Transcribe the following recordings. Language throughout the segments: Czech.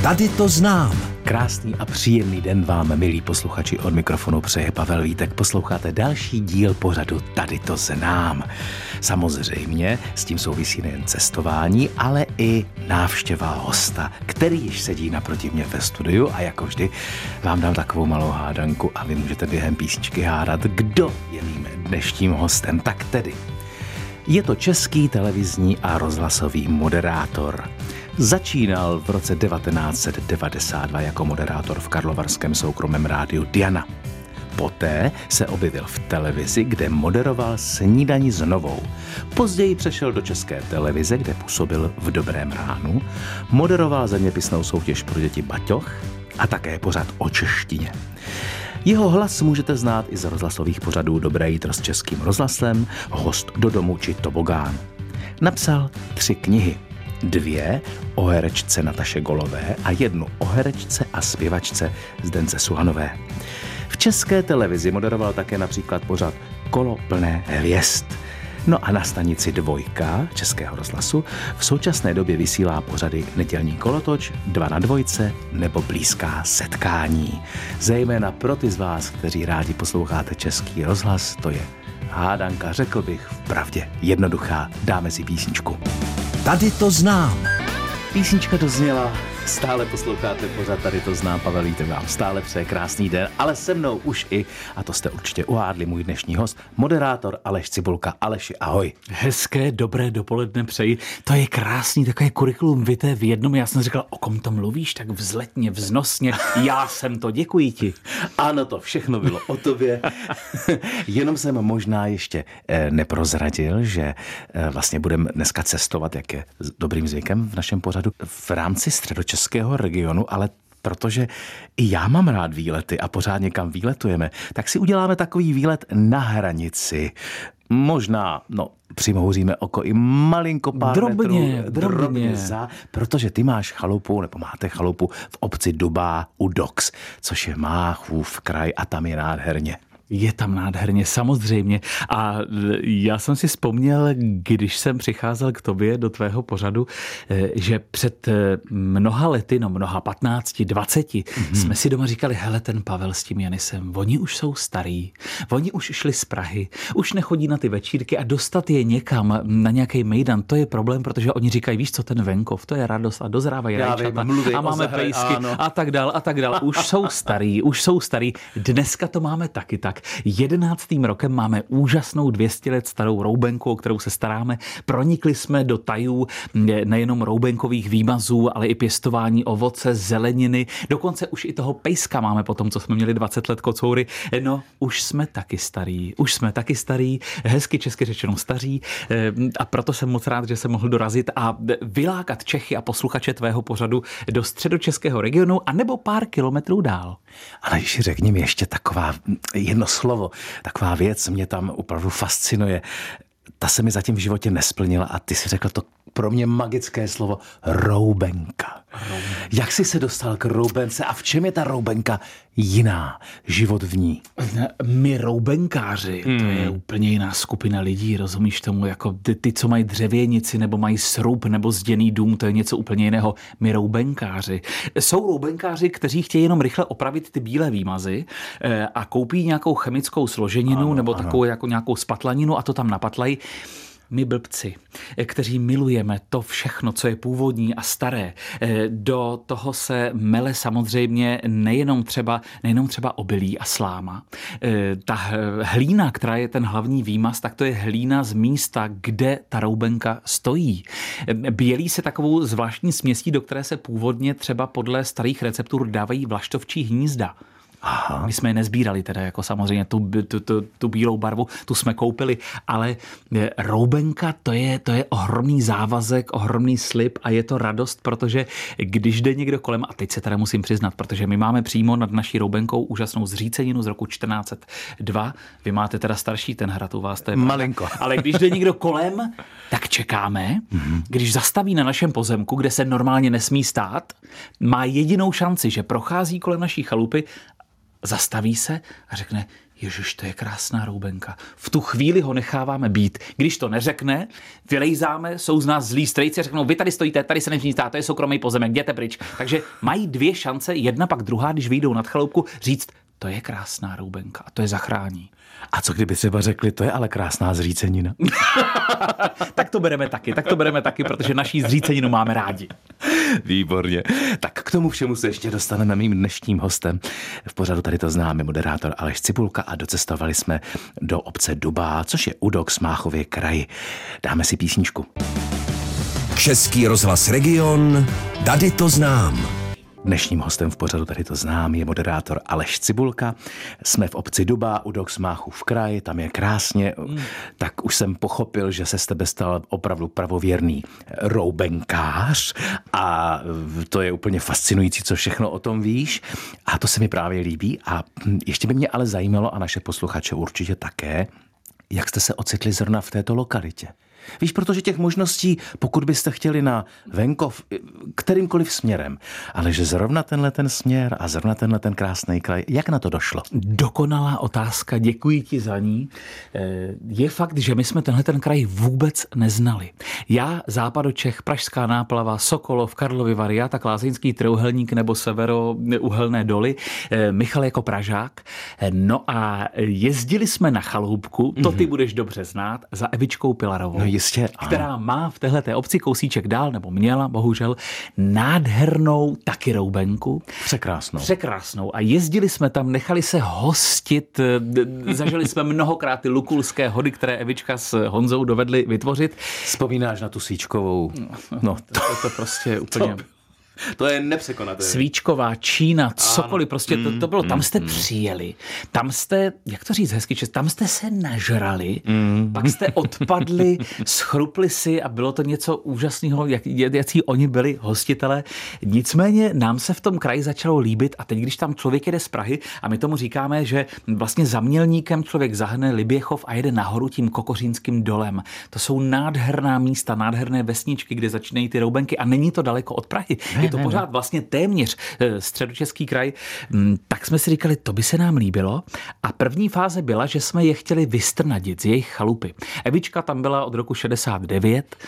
Tady to znám. Krásný a příjemný den vám, milí posluchači, od mikrofonu přeje Pavel Vítek. Posloucháte další díl pořadu Tady to znám. Samozřejmě s tím souvisí nejen cestování, ale i návštěva hosta, který již sedí naproti mě ve studiu a jako vždy vám dám takovou malou hádanku a vy můžete během písničky hádat, kdo je mým dnešním hostem. Tak tedy, je to český televizní a rozhlasový moderátor. Začínal v roce 1992 jako moderátor v karlovarském soukromém rádiu Diana. Poté se objevil v televizi, kde moderoval Snídani s Novou. Později přešel do České televize, kde působil v Dobrém ránu, moderoval zeměpisnou soutěž pro děti Baťoch a také pořad o češtině. Jeho hlas můžete znát i z rozhlasových pořadů Dobré jítro s Českým rozhlasem, Host do domu či Tobogán. Napsal 3 knihy. 2 o herečce Nataše Golové a 1 o herečce a zpěvačce Zdence Suhanové. V České televizi moderoval také například pořad Kolo plné hvězd. No a na stanici 2 Českého rozhlasu v současné době vysílá pořady Nedělní kolotoč, 2 na 2 nebo Blízká setkání. Zejména pro ty z vás, kteří rádi posloucháte Český rozhlas, to je hádanka, řekl bych, vpravdě jednoduchá. Dáme si písničku. Tady to znám. Písnička dozněla, stále posloucháte pořád Tady to znám, Pavel Vítek vám stále přeje krásný den, ale se mnou už i, a to jste určitě uhádli, můj dnešní host, moderátor Aleš Cibulka. Aleši, ahoj. Hezké, dobré dopoledne přeji. To je krásný takové kurikulum vité v jednom. Já jsem říkal, o kom to mluvíš, tak vzletně, vznosně. Já jsem to, děkuji ti. Ano, to všechno bylo o tobě. Jenom jsem možná ještě neprozradil, že vlastně budeme dneska cestovat, jak je dobrým zvykem v našem pořadu, v rámci středočeského regionu, ale protože i já mám rád výlety a pořád někam výletujeme, tak si uděláme takový výlet na hranici. Možná, přimhouříme oko i malinko pár drobně protože ty máš chalupu, nebo máte chalupu v obci Dubá u Dox, což je Máchův kraj a tam je nádherně. Je tam nádherně, samozřejmě. A já jsem si vzpomněl, když jsem přicházel k tobě do tvého pořadu, že před mnoha lety, mnoha 15, 20, jsme si doma říkali, hele, ten Pavel s tím Janisem, oni už jsou starý, oni už šli z Prahy, už nechodí na ty večírky a dostat je někam na nějaký mejdan, to je problém, protože oni říkají, víš co, ten venkov, to je radost a dozrávají rajčata a máme pejsky a tak dál. Už jsou starý. Dneska to máme taky tak. 11. rokem máme úžasnou 200 let starou roubenku, o kterou se staráme. Pronikli jsme do tajů nejenom roubenkových výmazů, ale i pěstování ovoce, zeleniny. Dokonce už i toho pejska máme po tom, co jsme měli 20 let kocoury. Už jsme taky starý, hezky česky řečeno staří. A proto jsem moc rád, že jsem mohl dorazit a vylákat Čechy a posluchače tvého pořadu do středočeského regionu a nebo pár kilometrů dál. Ale když řekni mi ještě jedno slovo, taková věc mě tam opravdu fascinuje. Ta se mi zatím v životě nesplnila a ty si řekl to pro mě magické slovo roubenka. Jak jsi se dostal k roubence a v čem je ta roubenka jiná, život v ní? My roubenkáři, to je úplně jiná skupina lidí, rozumíš tomu, jako ty, co mají dřevěnici nebo mají srub nebo zděný dům, to je něco úplně jiného. My roubenkáři. Jsou roubenkáři, kteří chtějí jenom rychle opravit ty bílé výmazy a koupí nějakou chemickou složeninu nebo takovou jako nějakou spatlaninu a to tam napatlají. My blbci, kteří milujeme to všechno, co je původní a staré, do toho se mele samozřejmě nejenom třeba obilí a sláma. Ta hlína, která je ten hlavní výmaz, tak to je hlína z místa, kde ta roubenka stojí. Bělí se takovou zvláštní směsí, do které se původně třeba podle starých receptur dávají vlaštovčí hnízda. Aha. My jsme je nezbírali teda jako samozřejmě tu bílou barvu, tu jsme koupili, ale roubenka to je ohromný závazek, ohromný slib a je to radost, protože když jde někdo kolem, a teď se teda musím přiznat, protože my máme přímo nad naší roubenkou úžasnou zříceninu z roku 1402, vy máte teda starší ten hrad u vás, to je malinko. Ale když jde někdo kolem, tak čekáme, když zastaví na našem pozemku, kde se normálně nesmí stát, má jedinou šanci, že prochází kolem naší chalupy, zastaví se a řekne, Ježiš, to je krásná roubenka. V tu chvíli ho necháváme být. Když to neřekne, vylejzáme, jsou z nás zlí strejci a řeknou, vy tady stojíte, tady se nevžní stát, to je soukromý pozemek, jděte pryč. Takže mají dvě šance, jedna pak druhá, když vyjdou nad chaloupku, říct, to je krásná roubenka a to je zachrání. A co kdyby třeba řekli, to je ale krásná zřícenina? Tak to bereme taky, protože naší zříceninu máme rádi. Výborně. Tak k tomu všemu se ještě dostaneme. Mým dnešním hostem v pořadu Tady to známe moderátor Aleš Cibulka a docestovali jsme do obce Dubá, což je u Dok v Máchově kraji. Dáme si písničku. Český rozhlas Region, Tady to znám. Dnešním hostem v pořadu Tady to znám je moderátor Aleš Cibulka. Jsme v obci Dubá u Dok v Máchův kraji, tam je krásně. Tak už jsem pochopil, že se z tebe stal opravdu pravověrný roubenkář a to je úplně fascinující, co všechno o tom víš a to se mi právě líbí a ještě by mě ale zajímalo a naše posluchače určitě také, jak jste se ocitli zrovna v této lokalitě. Víš, protože těch možností, pokud byste chtěli na venkov, kterýmkoliv směrem, ale že zrovna tenhle ten směr a zrovna tenhle ten krásný kraj, jak na to došlo? Dokonalá otázka, děkuji ti za ní. Je fakt, že my jsme tenhle ten kraj vůbec neznali. Já, Západočech, Pražská Náplava, Sokolov, Karlovy Vary, já tak Lázeňský trojúhelník nebo Severouhelné doly, Michal jako Pražák. No a jezdili jsme na chaloupku, to ty budeš dobře znát, za Evičkou Pilarovou. No jistě, která má v téhleté obci kousíček dál, nebo měla, bohužel, nádhernou taky roubenku. Překrásnou. A jezdili jsme tam, nechali se hostit, zažili jsme mnohokrát ty lukulské hody, které Evička s Honzou dovedli vytvořit. Vzpomínáš na tu svíčkovou? No, to prostě úplně... To je nepřekonatelné. Svíčková, Čína, cokoliv, prostě to bylo, tam jste přijeli, tam jste, jak to říct hezky, tam jste se nažrali, pak jste odpadli, schrupli si a bylo to něco úžasného, jací oni byli hostitelé. Nicméně nám se v tom kraji začalo líbit a teď, když tam člověk jede z Prahy a my tomu říkáme, že vlastně za Mělníkem člověk zahne Liběchov a jede nahoru tím Kokořínským dolem. To jsou nádherná místa, nádherné vesničky, kde začínají ty roubenky a není to daleko od Prahy. Je to pořád vlastně téměř středočeský kraj, tak jsme si říkali, to by se nám líbilo. A první fáze byla, že jsme je chtěli vystrnadit z jejich chalupy. Evička tam byla od roku 69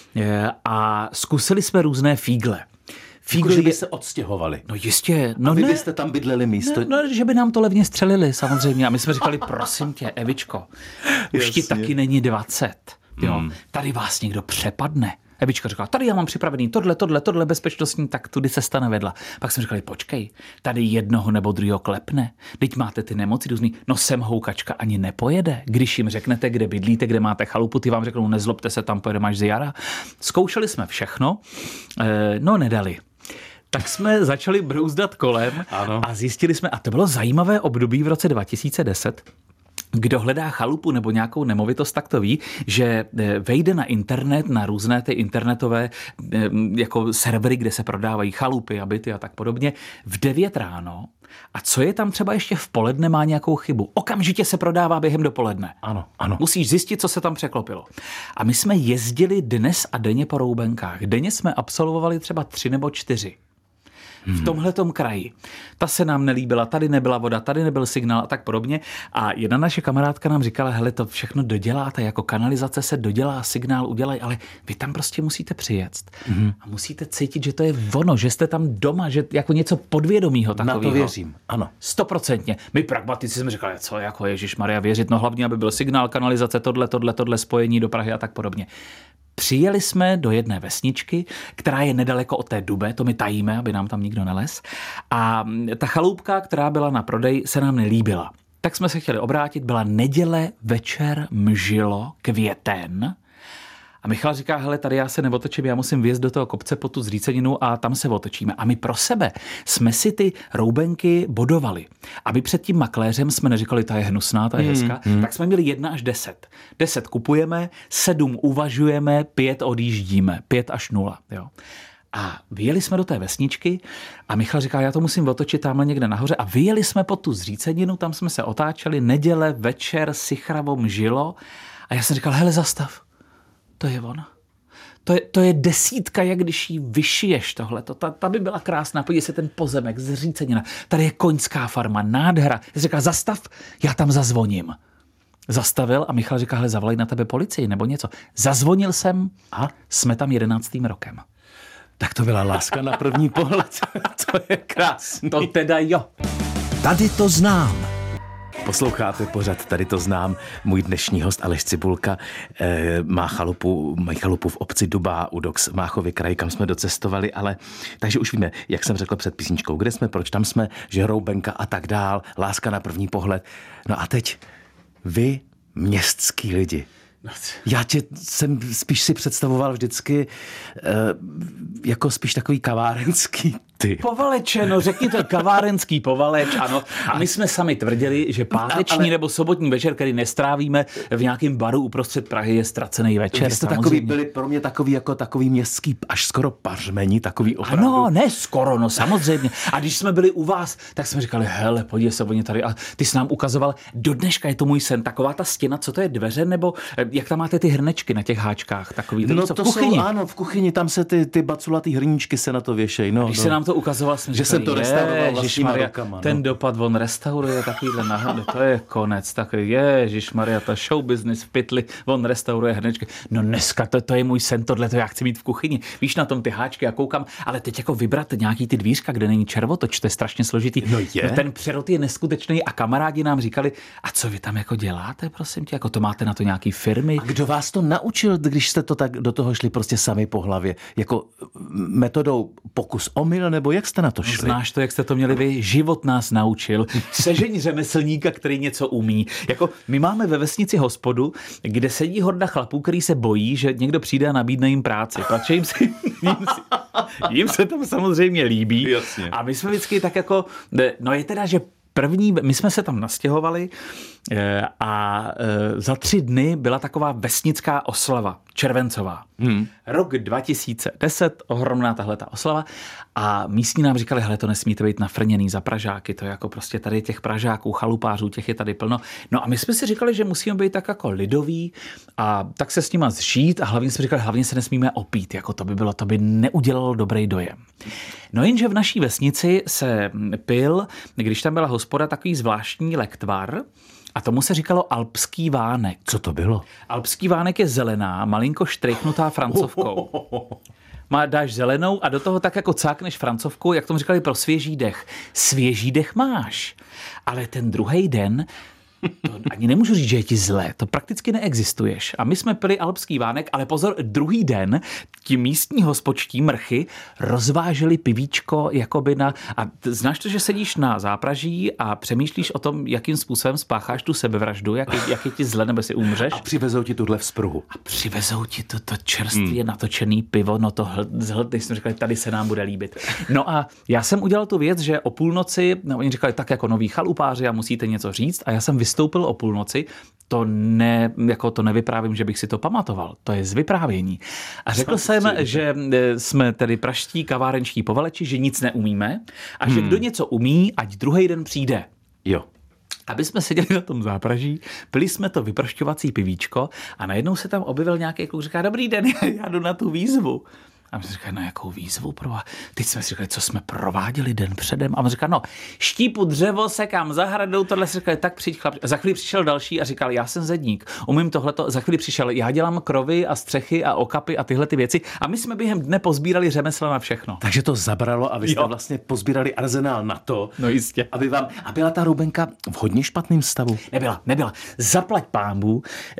a zkusili jsme různé fígle. Že by se odstěhovali. No jistě. No a vy byste tam bydleli místo? No, že by nám to levně střelili samozřejmě. A my jsme říkali, prosím tě, Evičko, už ti taky není 20. Jo, tady vás někdo přepadne. Evička říkala, tady já mám připravený tohle bezpečnostní, tak tudy cesta nevedla. Pak jsme říkali, počkej, tady jednoho nebo druhého klepne. Teď máte ty nemoci různý. No sem houkačka ani nepojede. Když jim řeknete, kde bydlíte, kde máte chalupu, ty vám řeknou, nezlobte se, tam pojedeme až z jara. Zkoušeli jsme všechno, no nedali. Tak jsme začali brouzdat kolem a zjistili jsme, a to bylo zajímavé období v roce 2010, kdo hledá chalupu nebo nějakou nemovitost, tak to ví, že vejde na internet, na různé ty internetové jako servery, kde se prodávají chalupy a byty a tak podobně, v 9 ráno. A co je tam třeba ještě v poledne má nějakou chybu? Okamžitě se prodává během dopoledne. Ano. Musíš zjistit, co se tam překlopilo. A my jsme jezdili dnes a denně po roubenkách. Denně jsme absolvovali třeba 3 nebo 4. V tomhletom kraji. Ta se nám nelíbila, tady nebyla voda, tady nebyl signál a tak podobně. A jedna naše kamarádka nám říkala, hele, to všechno doděláte, jako kanalizace se dodělá, signál udělají, ale vy tam prostě musíte přijet. A musíte cítit, že to je ono, že jste tam doma, že jako něco podvědomího takového. Na to věřím, ano. 100%. My pragmatici jsme říkali, co jako Ježišmarja věřit, no hlavně, aby byl signál, kanalizace, tohle spojení do Prahy a tak podobně. Přijeli jsme do jedné vesničky, která je nedaleko od té Dube, to my tajíme, aby nám tam nikdo nelez. A ta chaloupka, která byla na prodej, se nám nelíbila. Tak jsme se chtěli obrátit, byla neděle, večer, mžilo, květen. A Michal říká, hele, tady já se neotočím, já musím vjezd do toho kopce po tu zříceninu a tam se otočíme. A my pro sebe jsme si ty roubenky bodovali. Aby před tím makléřem jsme neříkali, ta je hnusná, ta je hezká, tak jsme měli 1 až 10. 10 kupujeme, 7 uvažujeme, 5 odjíždíme, 5 až 0. Jo. A vyjeli jsme do té vesničky a Michal říká, já to musím otočit tamhle někde nahoře. A vyjeli jsme pod tu zříceninu, tam jsme se otáčeli, neděle, večer, sichravo, mžilo. A já jsem říkal, hele, zastav. To je ona. To je desítka, jak když jí vyšiješ tohle. Ta by byla krásná. Podívej se, ten pozemek, zřícenina. Tady je koňská farma, nádhera. Já říkal, zastav, já tam zazvoním. Zastavil a Michal říká, hele, zavolej na tebe policii nebo něco. Zazvonil jsem a jsme tam 11. rokem. Tak to byla láska na první pohled. To je krásný. To teda jo. Tady to znám. Posloucháte pořad, tady to znám. Můj dnešní host Aleš Cibulka má chalupu v obci Dubá u Dox v Máchově kraji, kam jsme docestovali, ale takže už víme, jak jsem řekl před písničkou, kde jsme, proč tam jsme, že hroubenka a tak dál, láska na první pohled. No a teď vy, městský lidi. Já jsem spíš si představoval vždycky jako spíš takový kavárenský typ. Povaleče, no řekni to, kavárenský povaleč, ano. A my jsme sami tvrdili, že páteční nebo sobotní večer, který nestrávíme v nějakém baru uprostřed Prahy, je ztracený večer. Vy jste takový, byli pro mě takový městský, až skoro pařmení, takový opravdu. Ano, ne skoro, no samozřejmě. A když jsme byli u vás, tak jsme říkali, hele, podívej se, oni tady, a ty jsi nám ukazoval, do dneška je to můj sen, taková ta stěna, co to je, dveře, nebo jak tam máte ty hrnečky na těch háčkách, takový, no co to v kuchyni. jsou, ano, v kuchyni, tam se ty baculatý hrníčky se na to věšejí. No, když se nám to ukazoval, jsme že říkali, jsem to restauroval vlastníma rukama. Ten dopad, on restauruje takovýhle náhody, to je konec, takový, ježišmarja, ta show business v pytli, on restauruje hrnečky. No dneska, to je můj sen, tohle to já chci mít v kuchyni. Víš, na tom ty háčky, já koukám, ale teď jako vybrat nějaký ty dvířka, kde není červotoč, to je strašně složitý. No ten přerod je neskutečný a kamarádi nám říkali, a co vy tam jako děláte, prosím tě, jako to máte na to nějaký firmy? A kdo vás to naučil, když jste to tak do toho šli prostě sami po hlavě? Jako metodou pokus omyl, nebo jak jste na to šli? Znáš to, jak jste to měli vy? Život nás naučil. Sežení řemeslníka, který něco umí. Jako my máme ve vesnici hospodu, kde sedí horda chlapů, který se bojí, že někdo přijde a nabídne jim práci. Protože jim se tam samozřejmě líbí. Jasně. A my jsme vždycky tak jako, no je teda, že my jsme se tam nastěhovali a za 3 dny byla taková vesnická oslava, červencová. Rok 2010, ohromná tahleta oslava a místní nám říkali, hele, to nesmíte být nafrněný za Pražáky, to je jako prostě tady těch Pražáků, chalupářů, těch je tady plno. No a my jsme si říkali, že musíme být tak jako lidoví a tak se s nima zžít a hlavně jsme říkali, hlavně se nesmíme opít, jako to by neudělalo dobrý dojem. No jenže v naší vesnici se pil, když tam byla hospoda, takový zvláštní lektvar, a tomu se říkalo alpský vánek. Co to bylo? Alpský vánek je zelená, malinko štrejchnutá francovkou. Dáš zelenou a do toho tak jako cákneš francovkou, jak tomu říkali, pro svěží dech. Svěží dech máš, ale ten druhý den to ani nemůžu říct, že je ti zlé, to prakticky neexistuješ. A my jsme pili alpský vánek, ale pozor, druhý den ti místní hospodští mrchy rozváželi pivíčko jakoby na... A znáš to, že sedíš na zápraží a přemýšlíš o tom, jakým způsobem spácháš tu sebevraždu, jak je ti zle, nebo si umřeš. A přivezou ti tuhle vzpruhu. A přivezou ti to čerstvě natočený pivo, no to teď jsme říkali, tady se nám bude líbit. No a já jsem udělal tu věc, že o půlnoci, no, oni říkali, tak jako noví chalupáři a musíte něco říct a já jsem vystoupil o půlnoci, to nevyprávím, že bych si to pamatoval, to je z vyprávění. A řekl jsem, že jsme tedy pražští kavárenští povaleči, že nic neumíme a že kdo něco umí, ať druhý den přijde. Jo. Aby jsme seděli na tom zápraží, pili jsme to vyprošťovací pivíčko a najednou se tam objevil nějaký kluk, říká, dobrý den, já jdu na tu výzvu. A my jsme říkali, no jakou výzvu teď jsme si říkali, co jsme prováděli den předem. A on říkal, no štípu dřevo, sekám zahradou, tohle si říkali, tak přijď chlap. A za chvíli přišel další a říkal, já jsem zedník, umím tohleto. Za chvíli přišel, já dělám krovy a střechy a okapy a tyhle ty věci. A my jsme během dne pozbírali řemesla na všechno. Takže to zabralo a vy jste vlastně pozbírali arzenál na to, no jistě. A byla ta hroubenka v hodně špatném stavu? Nebyla. Zaplať pánbů,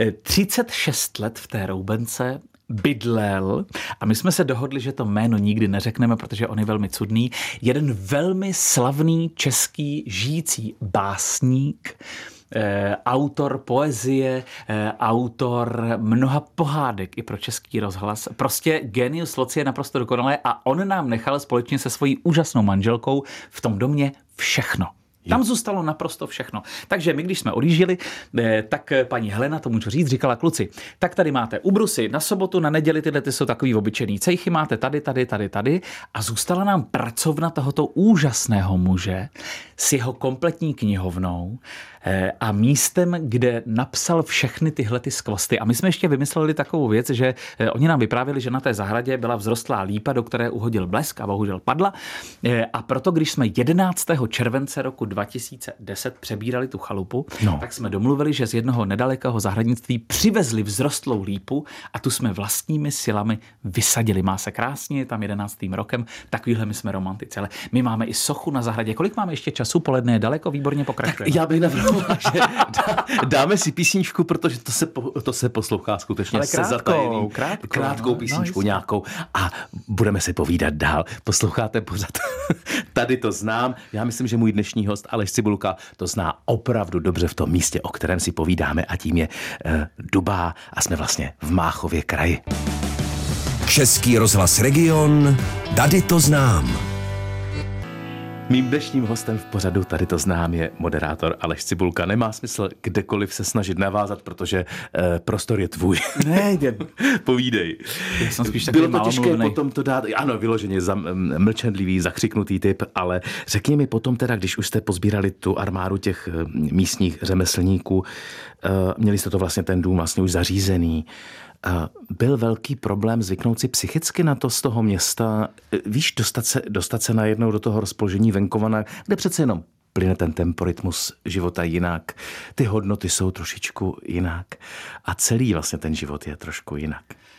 36 let v té roubence bydlel a my jsme se dohodli, že to jméno nikdy neřekneme, protože on je velmi cudný. Jeden velmi slavný český žijící básník, autor poezie, autor mnoha pohádek i pro Český rozhlas. Prostě genius loci je naprosto dokonalé a on nám nechal společně se svojí úžasnou manželkou v tom domě všechno. Tam zůstalo naprosto všechno. Takže my, když jsme odjížděli, tak paní Helena, to můžu říct, říkala: kluci, tak tady máte ubrusy na sobotu, na neděli, tyhle ty jsou takový obyčejný cejchy, máte tady a zůstala nám pracovna tohoto úžasného muže s jeho kompletní knihovnou a místem, kde napsal všechny tyhle ty skvosty. A my jsme ještě vymysleli takovou věc, že oni nám vyprávěli, že na té zahradě byla vzrostlá lípa, do které uhodil blesk a bohužel padla. A proto, když jsme 11. července roku 2010 přebírali tu chalupu, tak jsme domluvili, že z jednoho nedalekého zahradnictví přivezli vzrostlou lípu a tu jsme vlastními silami vysadili. Má se krásně, je tam 11. rokem, takovýhle my jsme romantici. Ale my máme i sochu na zahradě. Kolik máme ještě času? Poledne je daleko, výborně pokračujeme. Tak já bych navrhoval, že dáme si písničku, protože to se poslouchá skutečně se zatajený. Krátkou písničku nějakou a budeme si povídat dál. Posloucháte pořád. Tady to znám. Já myslím, že můj dnešní host Aleš Cibulka to zná opravdu dobře v tom místě, o kterém si povídáme, a tím je Dubá a jsme vlastně v Máchově kraji. Český rozhlas Region, tady to znám. Mým dnešním hostem v pořadu Tady to znám je moderátor Aleš Cibulka. Nemá smysl kdekoliv se snažit navázat, protože prostor je tvůj. Ne, povídej. Bylo to těžké potom to dát, ano, vyloženě mlčenlivý, zakřiknutý typ, ale řekni mi potom teda, když už jste pozbírali tu armádu těch místních řemeslníků, měli jste to vlastně ten dům vlastně už zařízený, byl velký problém zvyknout si psychicky na to z toho města, víš, dostat se najednou do toho rozpoložení venkova, kde přece jenom plyne ten temporytmus života jinak, ty hodnoty jsou trošičku jinak a celý vlastně ten život je trošku jinak.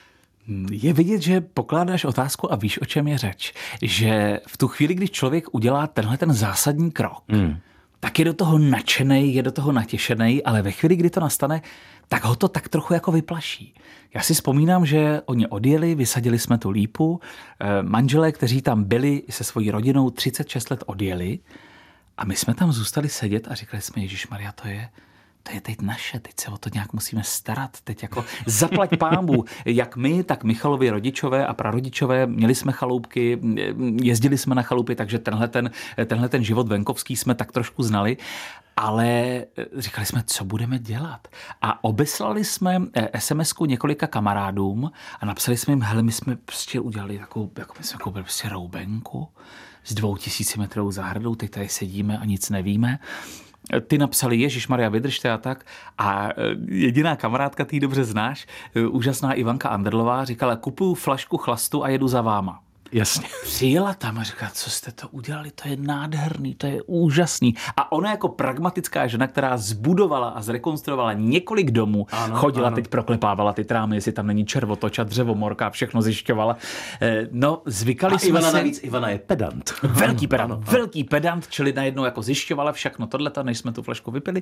Je vidět, že pokládáš otázku a víš, o čem je řeč. Že v tu chvíli, když člověk udělá tenhle ten zásadní krok, tak je do toho nadšenej, je do toho natěšenej, ale ve chvíli, kdy to nastane, tak ho to tak trochu jako vyplaší. Já si vzpomínám, že oni odjeli, vysadili jsme tu lípu, manželé, kteří tam byli se svojí rodinou 36 let odjeli a my jsme tam zůstali sedět a říkali jsme: Ježišmarja, to je teď naše, teď se o to nějak musíme starat, teď jako zaplať pánbůh, jak my, tak Michalovi rodičové a prarodičové, měli jsme chaloupky, jezdili jsme na chalupy, takže tenhle ten život venkovský jsme tak trošku znali. Ale říkali jsme, co budeme dělat. A obeslali jsme SMS-ku několika kamarádům a napsali jsme jim: hele, my jsme prostě udělali takovou, jako my jsme koupili prostě roubenku s 2000 metrovou zahradou, teď tady sedíme a nic nevíme. Ty napsali: Ježišmarja, vydržte a tak. A jediná kamarádka, ty ji dobře znáš, úžasná Ivanka Anderlová, říkala: kupuju flašku chlastu a jedu za váma. Jasně. Přijela tam a říkala: co jste to udělali, to je nádherný, to je úžasný. A ona jako pragmatická žena, která zbudovala a zrekonstruovala několik domů, chodila, teď proklepávala ty trámy, jestli tam není červotoč a dřevomorka, všechno zjišťovala. No, zvykali jsme Ivana se... navíc, Ivana je pedant. Velký pedant, čili najednou jako zjišťovala všechno tohleto, než jsme tu flašku vypili.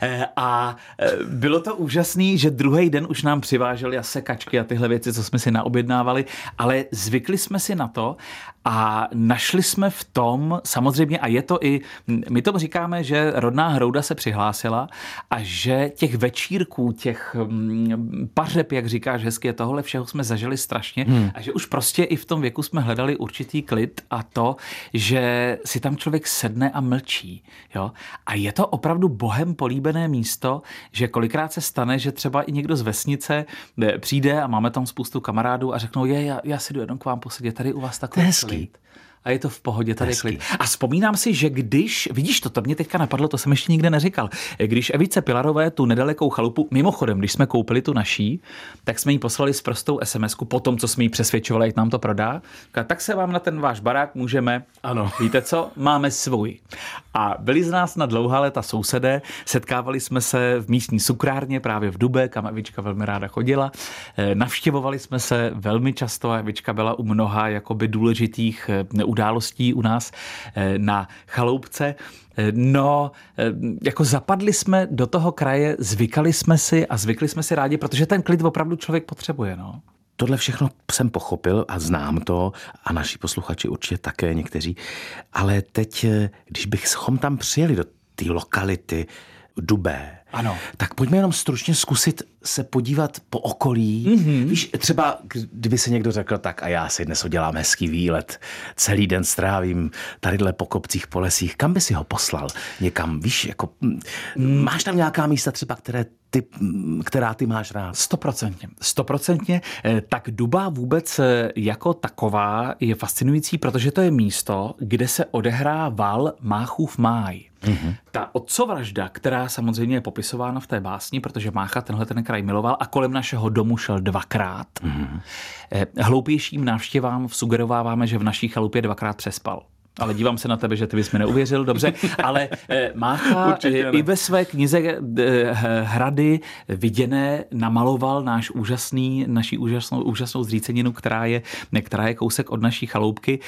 A bylo to úžasný, že druhý den už nám přiváželi a sekačky a tyhle věci, co jsme si naobjednávali, ale zvykli jsme si na to a našli jsme v tom samozřejmě, a je to i, my tomu říkáme, že rodná hrouda se přihlásila a že těch večírků, těch pařeb, jak říkáš hezky, tohle všeho jsme zažili strašně a že už prostě i v tom věku jsme hledali určitý klid a to, že si tam člověk sedne a mlčí. Jo? A je to opravdu Bohem políbené místo, že kolikrát se stane, že třeba i někdo z vesnice přijde a máme tam spoustu kamarádů a řeknou: já si jdu jenom k vám posedět, tady u vás takový klid. A je to v pohodě, tady klid. A vzpomínám si, že když, vidíš to mě teďka napadlo, to jsem ještě nikde neříkal, když Evice Pilarové tu nedalekou chalupu, mimochodem, když jsme koupili tu naší, tak jsme jí poslali s prostou SMS-ku po tom, co jsme jí přesvědčovali, jak nám to prodá. Tak se vám na ten váš barák můžeme, ano, víte co, máme svůj. A byli z nás na dlouhá léta sousedé, setkávali jsme se v místní cukrárně právě v Dubé, kam Evička velmi ráda chodila. Navštěvovali jsme se velmi často a Evička byla u mnoha jakoby důležitých událostí u nás na chaloupce. No, jako zapadli jsme do toho kraje, zvykli jsme si rádi, protože ten klid opravdu člověk potřebuje, no. Tohle všechno jsem pochopil a znám to a naši posluchači určitě také někteří, ale teď, když bychom tam přijeli do té lokality Dubé, Ano. Tak pojďme jenom stručně zkusit se podívat po okolí. Víš, třeba kdyby si někdo řekl, tak a já si dnes udělám hezký výlet, celý den strávím tadyhle po kopcích, po lesích, kam by si ho poslal? Někam, víš, jako máš tam nějaká místa třeba, která ty máš rád? 100%. Tak Duba vůbec jako taková je fascinující, protože to je místo, kde se odehrával Máchův máj. Ta otcovražda, která samozřejmě je popisována v té básni, protože Mácha tenhle ten kraj miloval a kolem našeho domu šel 2krát. Hloupějším návštěvám sugerováváme, že v naší chalupě 2krát přespal. Ale dívám se na tebe, že ty bys mi neuvěřil, dobře, ale Mácha i ve své knize Hrady viděné namaloval naší úžasnou zříceninu, která je kousek od naší chaloupky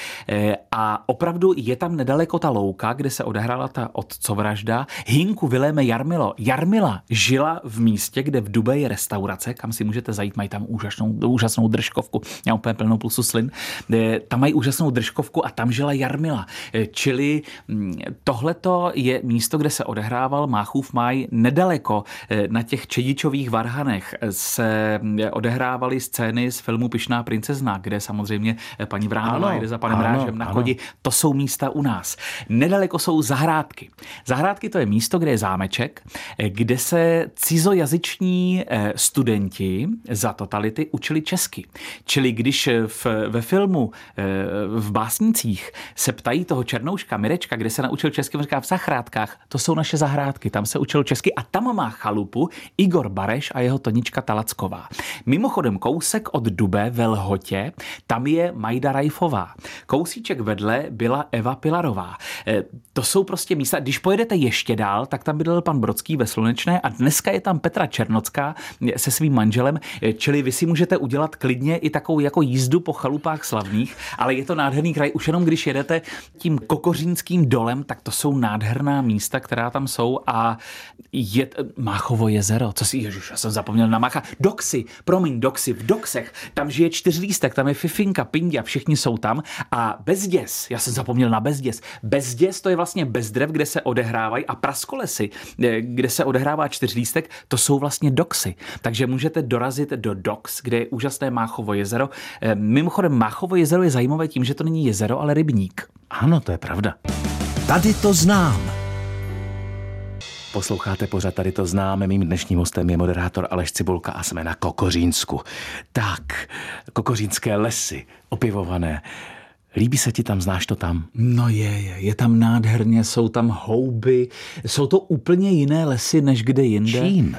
a opravdu je tam nedaleko ta louka, kde se odehrála ta otcovražda. Hinku Viléme Jarmilo. Jarmila žila v místě, kde v Dube je restaurace, kam si můžete zajít, mají tam úžasnou držkovku. Já úplně plnou plusu slin. Tam mají úžasnou držkovku a tam žila Jarmila. Čili tohleto je místo, kde se odehrával Máchův máj. Nedaleko na těch Čedičových varhanech se odehrávaly scény z filmu Pyšná princezna, kde samozřejmě paní Vránová jde za panem Rážem na kodi. To jsou místa u nás. Nedaleko jsou zahrádky. Zahrádky to je místo, kde je zámeček, kde se cizojazyční studenti za totality učili česky. Čili když ve filmu v Básnicích se ptají toho Černouška, Mirečka, kde se naučil česky, on říká v zahrádkách, to jsou naše zahrádky, tam se učil česky a tam má chalupu Igor Bareš a jeho Tonička Talacková. Mimochodem kousek od Dube ve Lhotě, tam je Majda Rajfová. Kousíček vedle byla Eva Pilarová. To jsou prostě místa, když pojedete ještě dál, tak tam bydlel pan Brodský ve Slunečné a dneska je tam Petra Černocká se svým manželem, čili vy si můžete udělat klidně i takovou jako jízdu po chalupách slavných, ale je to nádherný kraj, už jenom když jedete tím Kokořínským dolem, tak to jsou nádherná místa, která tam jsou a je Máchovo jezero, já jsem zapomněl na Mácha. Doxy, v Doxech, tam žije Čtyřlístek, tam je Fifinka, Pindia, všichni jsou tam a Bezděs, já jsem zapomněl na Bezděs. Bezděs to je vlastně Bezdrev, kde se odehrávají a Praskolesy, kde se odehrává Čtyřlístek, to jsou vlastně Doxy. Takže můžete dorazit do Dox, kde je úžasné Máchovo jezero. Mimochodem Máchovo jezero je zajímavé tím, že to není jezero, ale rybník. Ano, to je pravda. Tady to znám. Posloucháte pořád Tady to známe. Mým dnešním hostem je moderátor Aleš Cibulka a jsme na Kokořínsku. Tak, kokořínské lesy, opivované. Líbí se ti tam, znáš to tam? No je tam nádherně, jsou tam houby, jsou to úplně jiné lesy, než kde jinde. Čím?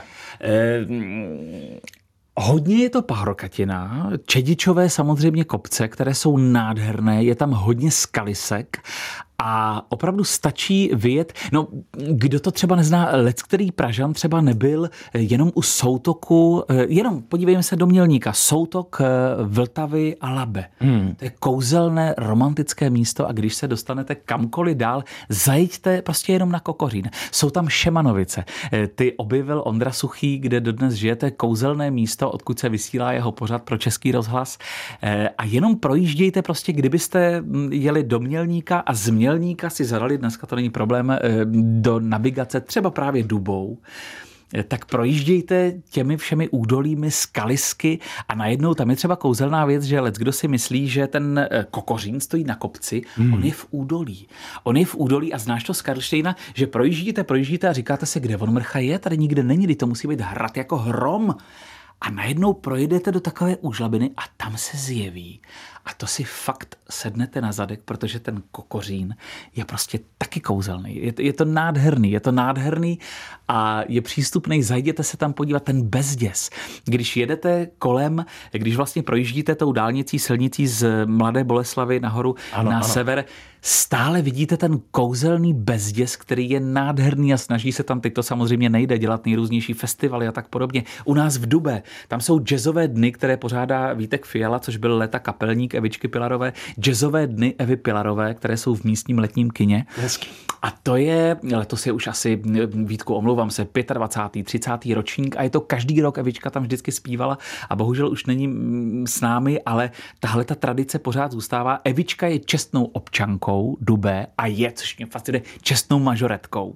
Hodně je to pahorkatina, Čedičové samozřejmě kopce, které jsou nádherné, je tam hodně skalisek a opravdu stačí vyjet. No, kdo to třeba nezná, leckterý Pražan třeba nebyl jenom u soutoku, jenom podívejme se do Mělníka, soutok Vltavy a Labe. To je kouzelné, romantické místo a když se dostanete kamkoliv dál, zajďte prostě jenom na Kokořín. Jsou tam Šemanovice. Ty objevil Ondra Suchý, kde dodnes žijete, kouzelné místo, odkud se vysílá jeho pořad pro Český rozhlas. A jenom projíždějte prostě, kdybyste jeli do Mělníka a z Mělníka si zadali, dneska to není problém, do navigace třeba právě Dubou, tak projíždějte těmi všemi údolími, skalisky a najednou tam je třeba kouzelná věc, že leckdo si myslí, že ten Kokořín stojí na kopci, on je v údolí. On je v údolí a znáš to z Karlštejna, že projíždíte a říkáte si, kde on mrcha je, tady nikde není, kdy to musí být hrad jako hrom. A najednou projedete do takové úžlabiny a tam se zjeví. A to si fakt sednete na zadek, protože ten Kokořín je prostě taky kouzelný. Je to nádherný a je přístupný. Zajděte se tam podívat, ten Bezděs. Když jedete kolem, když vlastně projíždíte tou dálnicí, silnicí z Mladé Boleslavi nahoru na sever, stále vidíte ten kouzelný Bezděs, který je nádherný a snaží se tam, teď to samozřejmě nejde, dělat nejrůznější festivaly a tak podobně. U nás v Dube, tam jsou jazzové dny, které pořádá Vítek Fiala, což byl léta kapelník Evičky Pilarové, jazzové dny Evy Pilarové, které jsou v místním letním kině. Hezky. A to je, letos je už asi, Vítku, omlouvám se, 25. 30. ročník a je to každý rok, Evička tam vždycky zpívala a bohužel už není s námi, ale tahle ta tradice pořád zůstává. Evička je čestnou občankou Dube a je, což mě fascinuje, čestnou mažoretkou.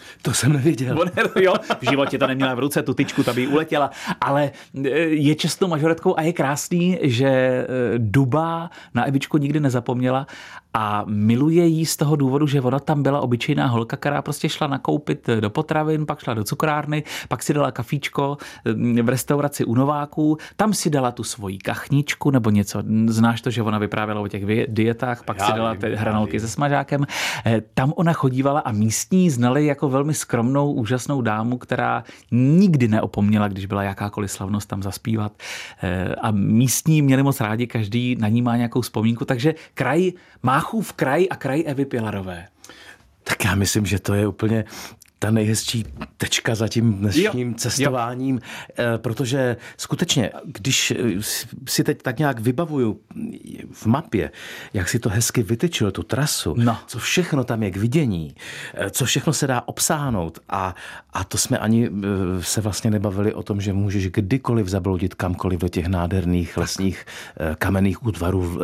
To jsem nevěděl. Jo, v životě to neměla v ruce, tu tyčku, ta by jí uletěla, ale je čestnou majoretkou a je krásný, že dubá na Evičku nikdy nezapomněla a miluje jí z toho důvodu, že ona tam byla obyčejná holka, která prostě šla nakoupit do potravin, pak šla do cukrárny, pak si dala kafíčko v restauraci u Nováků, tam si dala tu svoji kachničku nebo něco. Znáš to, že ona vyprávěla o těch dietách, pak si dala hranolky se smažákem. Tam ona chodívala a místní znali jako velmi skromnou, úžasnou dámu, která nikdy neopomněla, když byla jakákoliv slavnost tam zaspívat. A místní měli moc rádi, každý na ní má nějakou vzpomínku, takže Máchův kraj a kraj Evy Pilarové. Tak já myslím, že to je úplně ta nejhezčí tečka za tím dnešním cestováním, protože skutečně, když si teď tak nějak vybavuju v mapě, jak si to hezky vytyčil, tu trasu, co všechno tam je k vidění, co všechno se dá obsáhnout a to jsme ani se vlastně nebavili o tom, že můžeš kdykoliv zabloudit kamkoliv do těch nádherných lesních kamenných útvarů,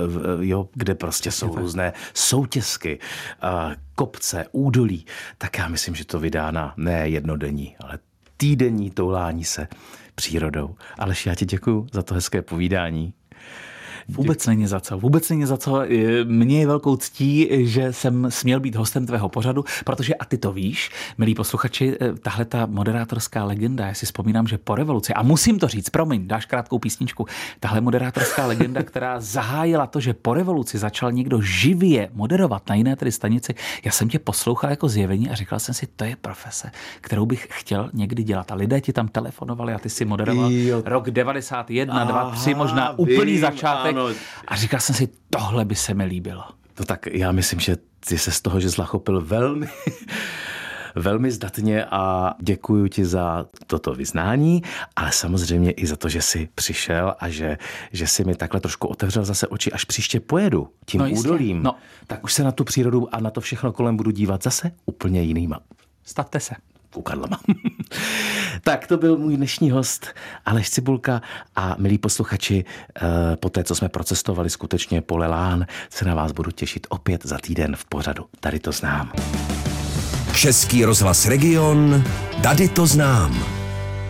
kde prostě jsou různé soutěsky, kopce, údolí, tak já myslím, že to vydá na ne jednodenní, ale týdenní toulání se přírodou. Aleš, já ti děkuju za to hezké povídání. Vůbec není za co. Mně je velkou ctí, že jsem směl být hostem tvého pořadu, protože a ty to víš, milí posluchači, tahle ta moderátorská legenda, já si vzpomínám, že po revoluci, a musím to říct, promiň, dáš krátkou písničku, tahle moderátorská legenda, která zahájila to, že po revoluci začal někdo živě moderovat na jiné tedy stanici, já jsem tě poslouchal jako zjevení a říkal jsem si, to je profese, kterou bych chtěl někdy dělat. A lidé ti tam telefonovali a ty si moderoval rok 91, 2, 3, možná úplný začátek. A říkal jsem si, tohle by se mi líbilo. No tak já myslím, že ty se z toho žezla chopil velmi, velmi zdatně a děkuji ti za toto vyznání, ale samozřejmě i za to, že jsi přišel a že jsi mi takhle trošku otevřel zase oči, až příště pojedu tím údolím. Tak už se na tu přírodu a na to všechno kolem budu dívat zase úplně jinýma. Stavte se. Kukadlama. Tak to byl můj dnešní host Aleš Cibulka a milí posluchači, po té, co jsme procestovali skutečně pole lán, se na vás budu těšit opět za týden v pořadu Tady to znám. Český rozhlas Region, Tady to znám.